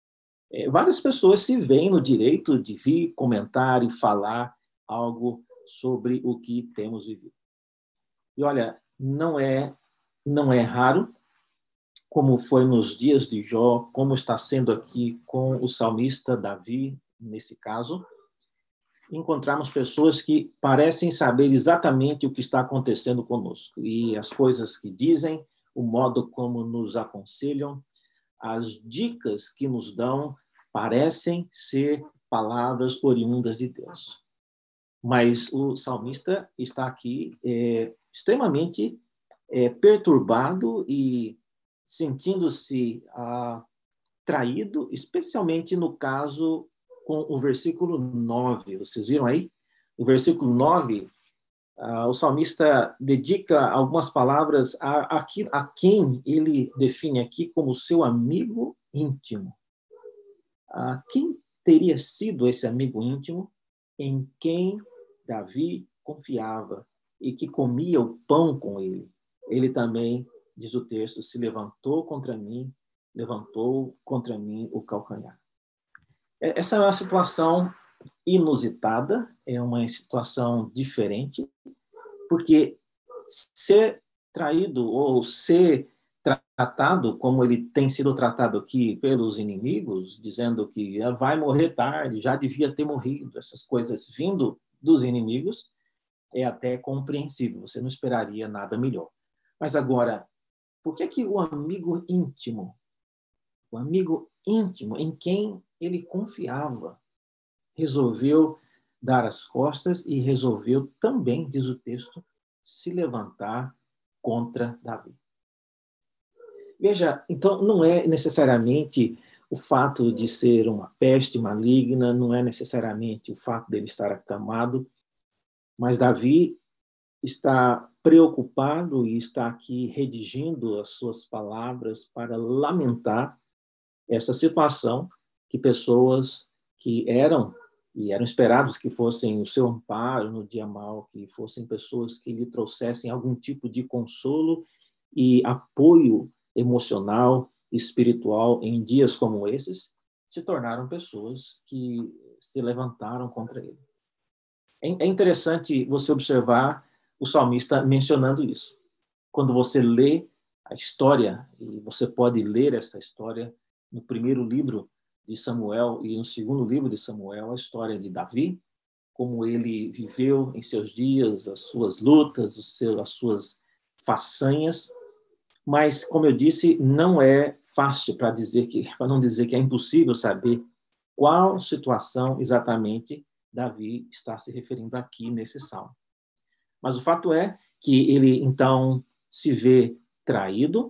é, várias pessoas se veem no direito de vir comentar e falar algo sobre o que temos vivido. E olha, não é, não é raro, como foi nos dias de Jó, como está sendo aqui com o salmista Davi, nesse caso, encontrarmos pessoas que parecem saber exatamente o que está acontecendo conosco e as coisas que dizem, o modo como nos aconselham, as dicas que nos dão parecem ser palavras oriundas de Deus. Mas o salmista está aqui é, extremamente é, perturbado e sentindo-se ah, traído, especialmente no caso com o versículo nove. Vocês viram aí? O versículo nove, ah, o salmista dedica algumas palavras a, a, a quem ele define aqui como seu amigo íntimo. Ah, quem teria sido esse amigo íntimo em quem Davi confiava e que comia o pão com ele? Ele também, diz o texto, se levantou contra mim, levantou contra mim o calcanhar. Essa é uma situação inusitada, é uma situação diferente, porque ser traído ou ser tratado como ele tem sido tratado aqui pelos inimigos, dizendo que vai morrer tarde, já devia ter morrido, essas coisas vindo dos inimigos, é até compreensível, você não esperaria nada melhor. Mas agora, por que que o amigo íntimo, o amigo íntimo em quem ele confiava, resolveu dar as costas e resolveu também, diz o texto, se levantar contra Davi? Veja, então não é necessariamente o fato de ser uma peste maligna, não é necessariamente o fato dele estar acamado, mas Davi está preocupado e está aqui redigindo as suas palavras para lamentar essa situação que pessoas que eram e eram esperados que fossem o seu amparo no dia mau, que fossem pessoas que lhe trouxessem algum tipo de consolo e apoio emocional, espiritual em dias como esses, se tornaram pessoas que se levantaram contra ele. É interessante você observar o salmista mencionando isso. Quando você lê a história, e você pode ler essa história no primeiro livro de Samuel e no segundo livro de Samuel, a história de Davi, como ele viveu em seus dias, as suas lutas, os seus, as suas façanhas, mas, como eu disse, não é fácil para dizer que, para não dizer que é impossível saber qual situação exatamente Davi está se referindo aqui nesse salmo. Mas o fato é que ele, então, se vê traído,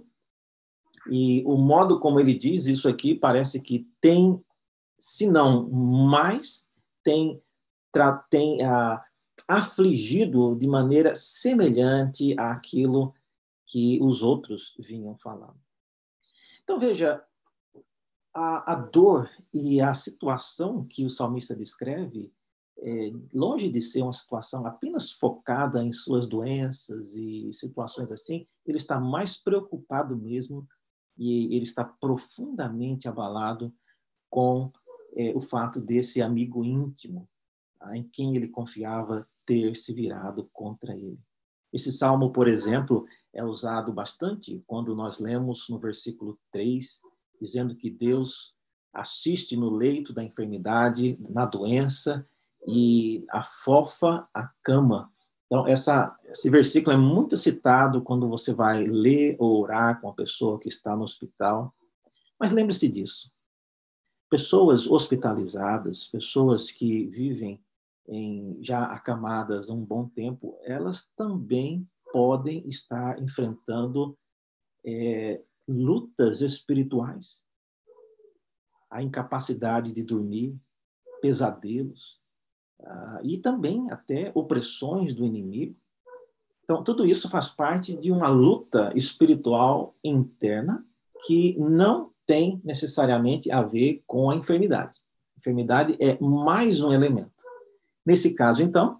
e o modo como ele diz isso aqui parece que tem, se não mais, tem, tem ah, afligido de maneira semelhante àquilo que os outros vinham falando. Então, veja, a, a dor e a situação que o salmista descreve, é, longe de ser uma situação apenas focada em suas doenças e situações assim, ele está mais preocupado mesmo e ele está profundamente abalado com é, o fato desse amigo íntimo, tá, em quem ele confiava ter se virado contra ele. Esse salmo, por exemplo, é usado bastante quando nós lemos no versículo três, dizendo que Deus assiste no leito da enfermidade, na doença, e afofa a cama. Então, essa, esse versículo é muito citado quando você vai ler ou orar com a pessoa que está no hospital. Mas lembre-se disso. Pessoas hospitalizadas, pessoas que vivem em, já acamadas há um bom tempo, elas também podem estar enfrentando é, lutas espirituais. A incapacidade de dormir, pesadelos, ah, e também até opressões do inimigo. Então, tudo isso faz parte de uma luta espiritual interna que não tem necessariamente a ver com a enfermidade. A enfermidade é mais um elemento. Nesse caso, então,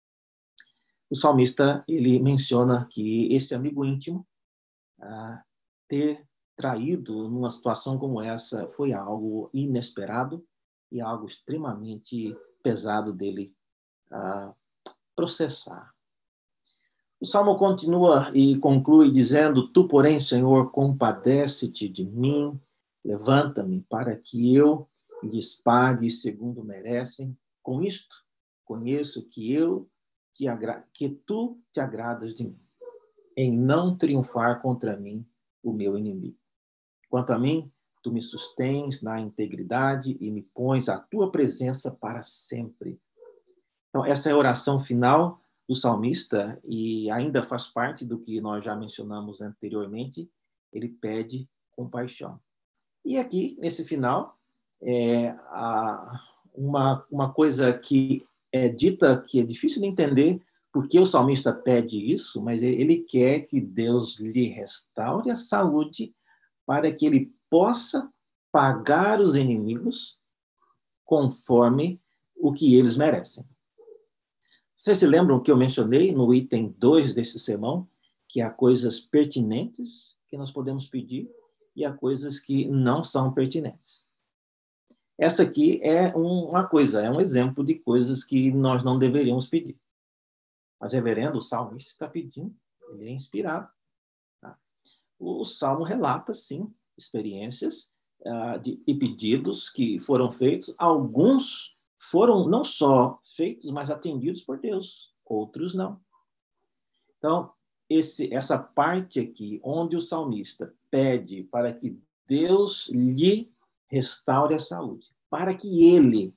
o salmista ele menciona que esse amigo íntimo ah, ter traído numa situação como essa foi algo inesperado e algo extremamente pesado dele ah, processar. O salmo continua e conclui dizendo: Tu, porém, Senhor, compadece-te de mim, levanta-me para que eu lhes pague segundo merecem. Com isto, conheço que eu te agra... que tu te agradas de mim, em não triunfar contra mim o meu inimigo. Quanto a mim, tu me sustens na integridade e me pões à tua presença para sempre. Então, essa é a oração final do salmista e ainda faz parte do que nós já mencionamos anteriormente. Ele pede compaixão. E aqui, nesse final, é, a, uma, uma coisa que é dita que é difícil de entender porque o salmista pede isso, mas ele quer que Deus lhe restaure a saúde para que ele possa pagar os inimigos conforme o que eles merecem. Vocês se lembram que eu mencionei no item dois desse sermão, que há coisas pertinentes que nós podemos pedir e há coisas que não são pertinentes. Essa aqui é uma coisa, é um exemplo de coisas que nós não deveríamos pedir. Mas, reverendo, o salmista está pedindo, ele é inspirado. Tá? O salmo relata, sim, experiências uh, de, e pedidos que foram feitos, alguns foram não só feitos, mas atendidos por Deus, outros não. Então, esse, essa parte aqui, onde o salmista pede para que Deus lhe restaure a saúde, para que ele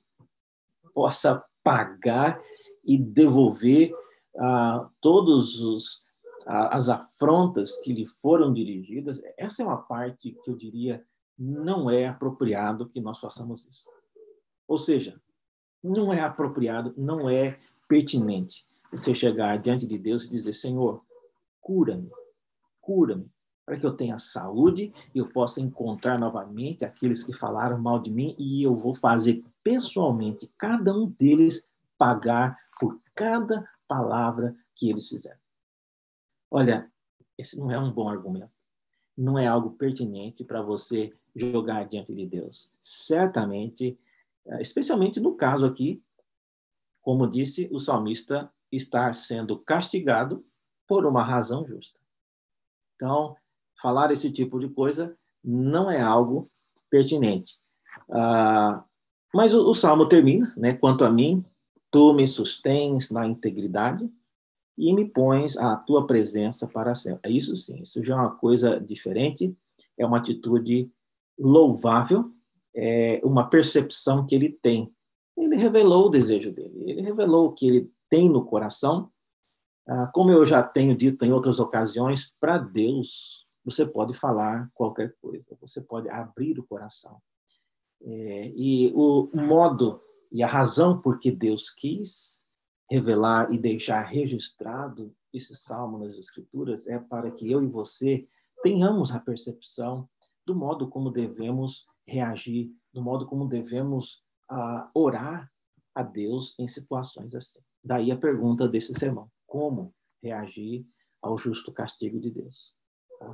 possa pagar e devolver ah, todos os ah, as afrontas que lhe foram dirigidas, essa é uma parte que eu diria não é apropriado que nós façamos isso. Ou seja, não é apropriado, não é pertinente você chegar diante de Deus e dizer: Senhor, cura-me, cura-me, para que eu tenha saúde e eu possa encontrar novamente aqueles que falaram mal de mim e eu vou fazer pessoalmente cada um deles pagar por cada palavra que eles fizeram. Olha, esse não é um bom argumento. Não é algo pertinente para você jogar diante de Deus. Certamente, especialmente no caso aqui, como disse, o salmista está sendo castigado por uma razão justa. Então, falar esse tipo de coisa não é algo pertinente. Ah, mas o, o salmo termina, né? Quanto a mim, tu me sustens na integridade e me pões à tua presença para sempre. É isso sim, isso já é uma coisa diferente, é uma atitude louvável, é uma percepção que ele tem. Ele revelou o desejo dele, ele revelou o que ele tem no coração. Ah, como eu já tenho dito em outras ocasiões, para Deus você pode falar qualquer coisa, você pode abrir o coração. É, e o modo e a razão por que Deus quis revelar e deixar registrado esse salmo nas Escrituras é para que eu e você tenhamos a percepção do modo como devemos reagir, do modo como devemos uh, orar a Deus em situações assim. Daí a pergunta desse sermão: como reagir ao justo castigo de Deus? Tá?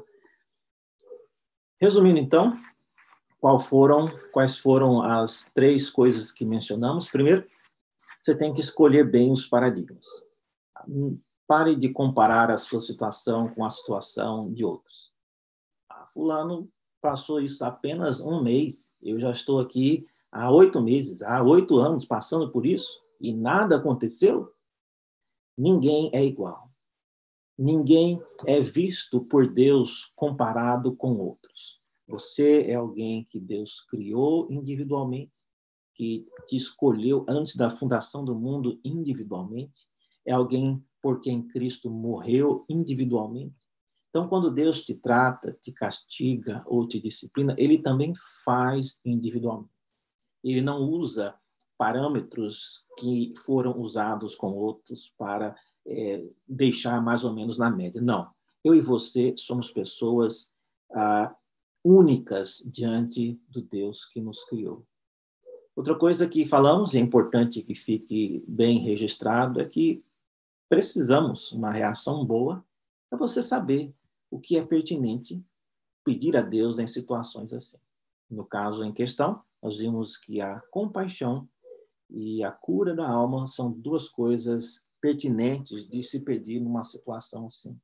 Resumindo, então, qual foram, quais foram as três coisas que mencionamos? Primeiro, você tem que escolher bem os paradigmas. Pare de comparar a sua situação com a situação de outros. Ah, fulano passou isso apenas um mês, eu já estou aqui há oito meses, há oito anos passando por isso, e nada aconteceu. Ninguém é igual. Ninguém é visto por Deus comparado com outros. Você é alguém que Deus criou individualmente, que te escolheu antes da fundação do mundo individualmente. É alguém por quem Cristo morreu individualmente. Então, quando Deus te trata, te castiga ou te disciplina, ele também faz individualmente. Ele não usa parâmetros que foram usados com outros para é, deixar mais ou menos na média. Não. Eu e você somos pessoas ah, únicas diante do Deus que nos criou. Outra coisa que falamos, e é importante que fique bem registrado, é que precisamos uma reação boa para você saber o que é pertinente pedir a Deus em situações assim. No caso em questão, nós vimos que a compaixão e a cura da alma são duas coisas pertinentes de se pedir numa situação assim.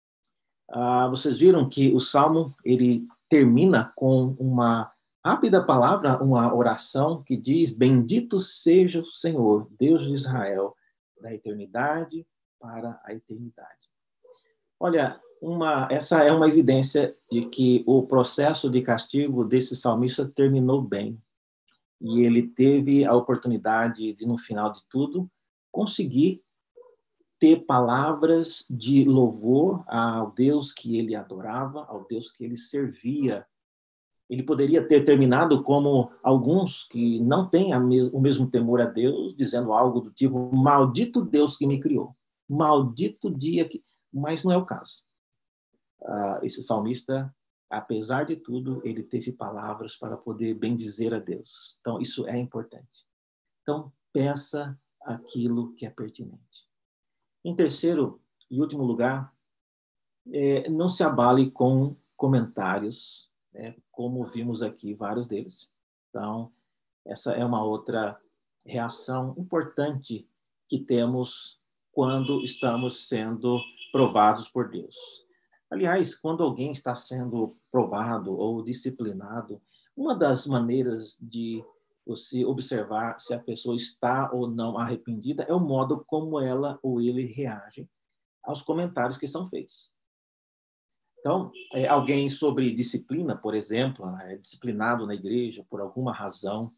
Ah, vocês viram que o Salmo ele termina com uma rápida palavra, uma oração que diz: bendito seja o Senhor, Deus de Israel, da eternidade para a eternidade. Olha, uma, essa é uma evidência de que o processo de castigo desse salmista terminou bem. E ele teve a oportunidade de, no final de tudo, conseguir ter palavras de louvor ao Deus que ele adorava, ao Deus que ele servia. Ele poderia ter terminado como alguns que não têm a mes- o mesmo temor a Deus, dizendo algo do tipo: maldito Deus que me criou, maldito dia que... Mas não é o caso. Uh, esse salmista, apesar de tudo, ele teve palavras para poder bendizer a Deus. Então, isso é importante. Então, peça aquilo que é pertinente. Em terceiro e último lugar, é, não se abale com comentários, né, como vimos aqui vários deles. Então, essa é uma outra reação importante que temos quando estamos sendo provados por Deus. Aliás, quando alguém está sendo provado ou disciplinado, uma das maneiras de você observar se a pessoa está ou não arrependida é o modo como ela ou ele reage aos comentários que são feitos. Então, é, alguém sobre disciplina, por exemplo, é disciplinado na igreja por alguma razão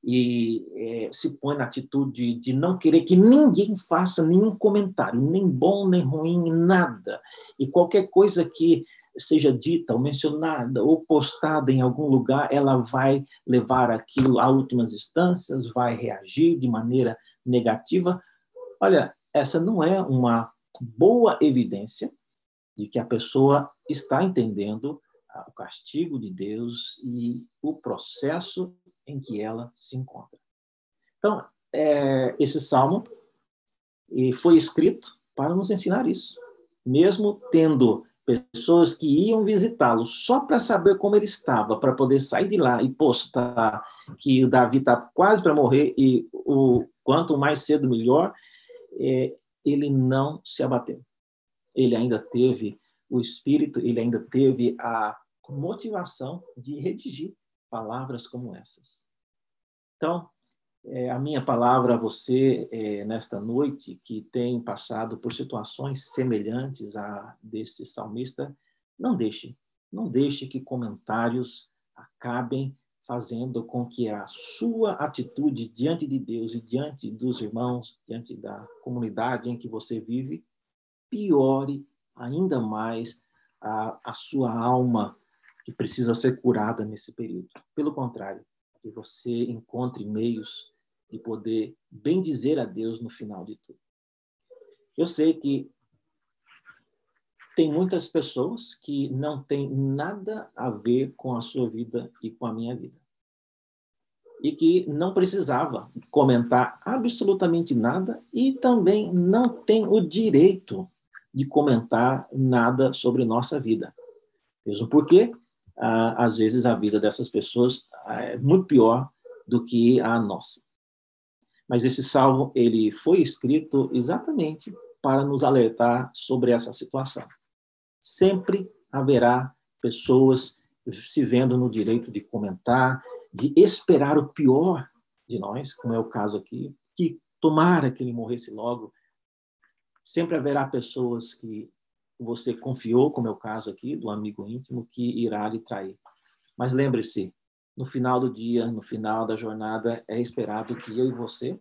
e é, se põe na atitude de não querer que ninguém faça nenhum comentário, nem bom, nem ruim, nada. E qualquer coisa que seja dita ou mencionada ou postada em algum lugar, ela vai levar aquilo a últimas instâncias, vai reagir de maneira negativa. Olha, essa não é uma boa evidência de que a pessoa está entendendo o castigo de Deus e o processo em que ela se encontra. Então, é, esse salmo foi escrito para nos ensinar isso. Mesmo tendo pessoas que iam visitá-lo só para saber como ele estava, para poder sair de lá e postar que o Davi está quase para morrer e o quanto mais cedo melhor, é, ele não se abateu. Ele ainda teve o espírito, ele ainda teve a motivação de redigir palavras como essas. Então, é, a minha palavra a você é, nesta noite, que tem passado por situações semelhantes à desse salmista, não deixe, não deixe que comentários acabem fazendo com que a sua atitude diante de Deus e diante dos irmãos, diante da comunidade em que você vive, piore ainda mais a, a sua alma, que precisa ser curada nesse período. Pelo contrário, que você encontre meios de poder bendizer a Deus no final de tudo. Eu sei que tem muitas pessoas que não têm nada a ver com a sua vida e com a minha vida. E que não precisava comentar absolutamente nada e também não tem o direito de comentar nada sobre nossa vida. Mesmo porque, ah, às vezes, a vida dessas pessoas é muito pior do que a nossa. Mas esse salmo, ele foi escrito exatamente para nos alertar sobre essa situação. Sempre haverá pessoas se vendo no direito de comentar, de esperar o pior de nós, como é o caso aqui, que tomara que ele morresse logo. Sempre haverá pessoas que você confiou, como é o caso aqui, do amigo íntimo, que irá lhe trair. Mas lembre-se, no final do dia, no final da jornada, é esperado que eu e você,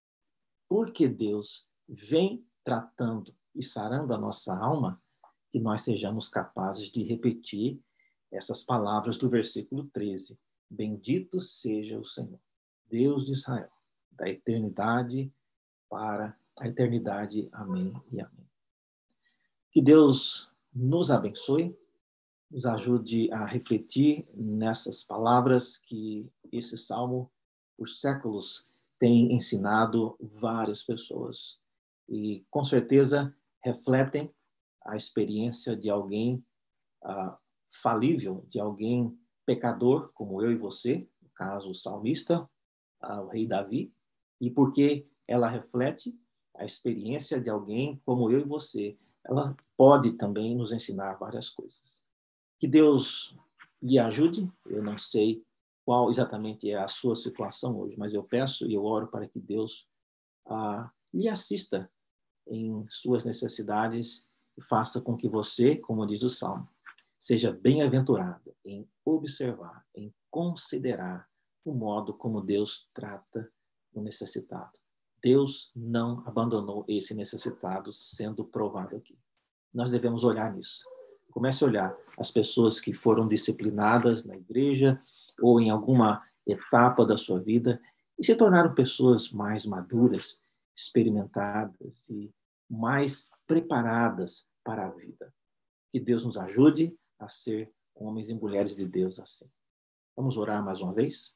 porque Deus vem tratando e sarando a nossa alma, que nós sejamos capazes de repetir essas palavras do versículo treze. Bendito seja o Senhor, Deus de Israel, da eternidade para a eternidade. Amém e amém. Que Deus nos abençoe, nos ajude a refletir nessas palavras que esse salmo, por séculos, tem ensinado várias pessoas. E, com certeza, refletem a experiência de alguém ah, falível, de alguém pecador, como eu e você, no caso, o salmista, ah, o rei Davi, e porque ela reflete a experiência de alguém como eu e você, ela pode também nos ensinar várias coisas. Que Deus lhe ajude. Eu não sei qual exatamente é a sua situação hoje, mas eu peço e eu oro para que Deus ah, lhe assista em suas necessidades e faça com que você, como diz o Salmo, seja bem-aventurado em observar, em considerar o modo como Deus trata o necessitado. Deus não abandonou esse necessitado sendo provado aqui. Nós devemos olhar nisso. Comece a olhar as pessoas que foram disciplinadas na igreja ou em alguma etapa da sua vida e se tornaram pessoas mais maduras, experimentadas e mais preparadas para a vida. Que Deus nos ajude a ser homens e mulheres de Deus assim. Vamos orar mais uma vez?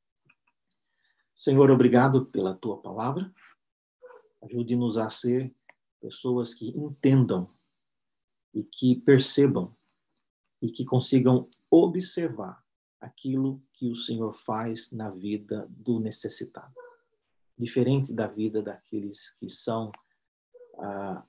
Senhor, obrigado pela tua palavra. Ajude-nos a ser pessoas que entendam e que percebam e que consigam observar aquilo que o Senhor faz na vida do necessitado. Diferente da vida daqueles que são ah,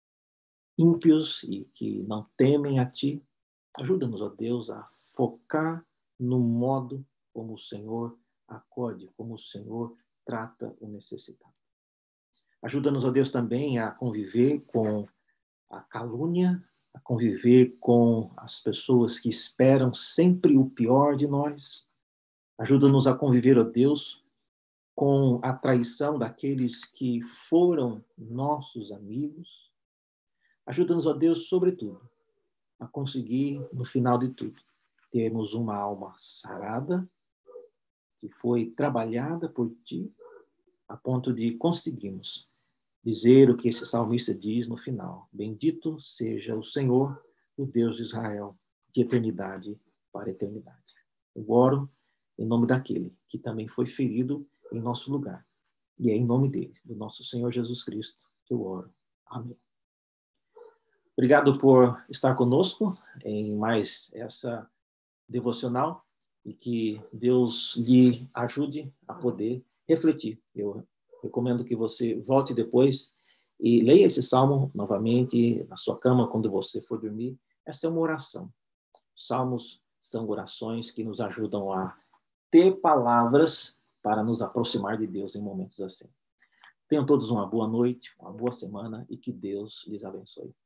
ímpios e que não temem a Ti. Ajuda-nos, ó Deus, a focar no modo como o Senhor acode, como o Senhor trata o necessitado. Ajuda-nos, ó Deus, também a conviver com a calúnia, a conviver com as pessoas que esperam sempre o pior de nós. Ajuda-nos a conviver, ó Deus, com a traição daqueles que foram nossos amigos. Ajuda-nos, ó Deus, sobretudo, a conseguir, no final de tudo, termos uma alma sarada, que foi trabalhada por Ti, a ponto de conseguirmos dizer o que esse salmista diz no final: bendito seja o Senhor, o Deus de Israel, de eternidade para eternidade. Eu oro em nome daquele que também foi ferido em nosso lugar. E é em nome dele, do nosso Senhor Jesus Cristo, que eu oro. Amém. Obrigado por estar conosco em mais essa devocional e que Deus lhe ajude a poder refletir. Eu recomendo que você volte depois e leia esse salmo novamente na sua cama quando você for dormir. Essa é uma oração. Salmos são orações que nos ajudam a ter palavras para nos aproximar de Deus em momentos assim. Tenham todos uma boa noite, uma boa semana e que Deus lhes abençoe.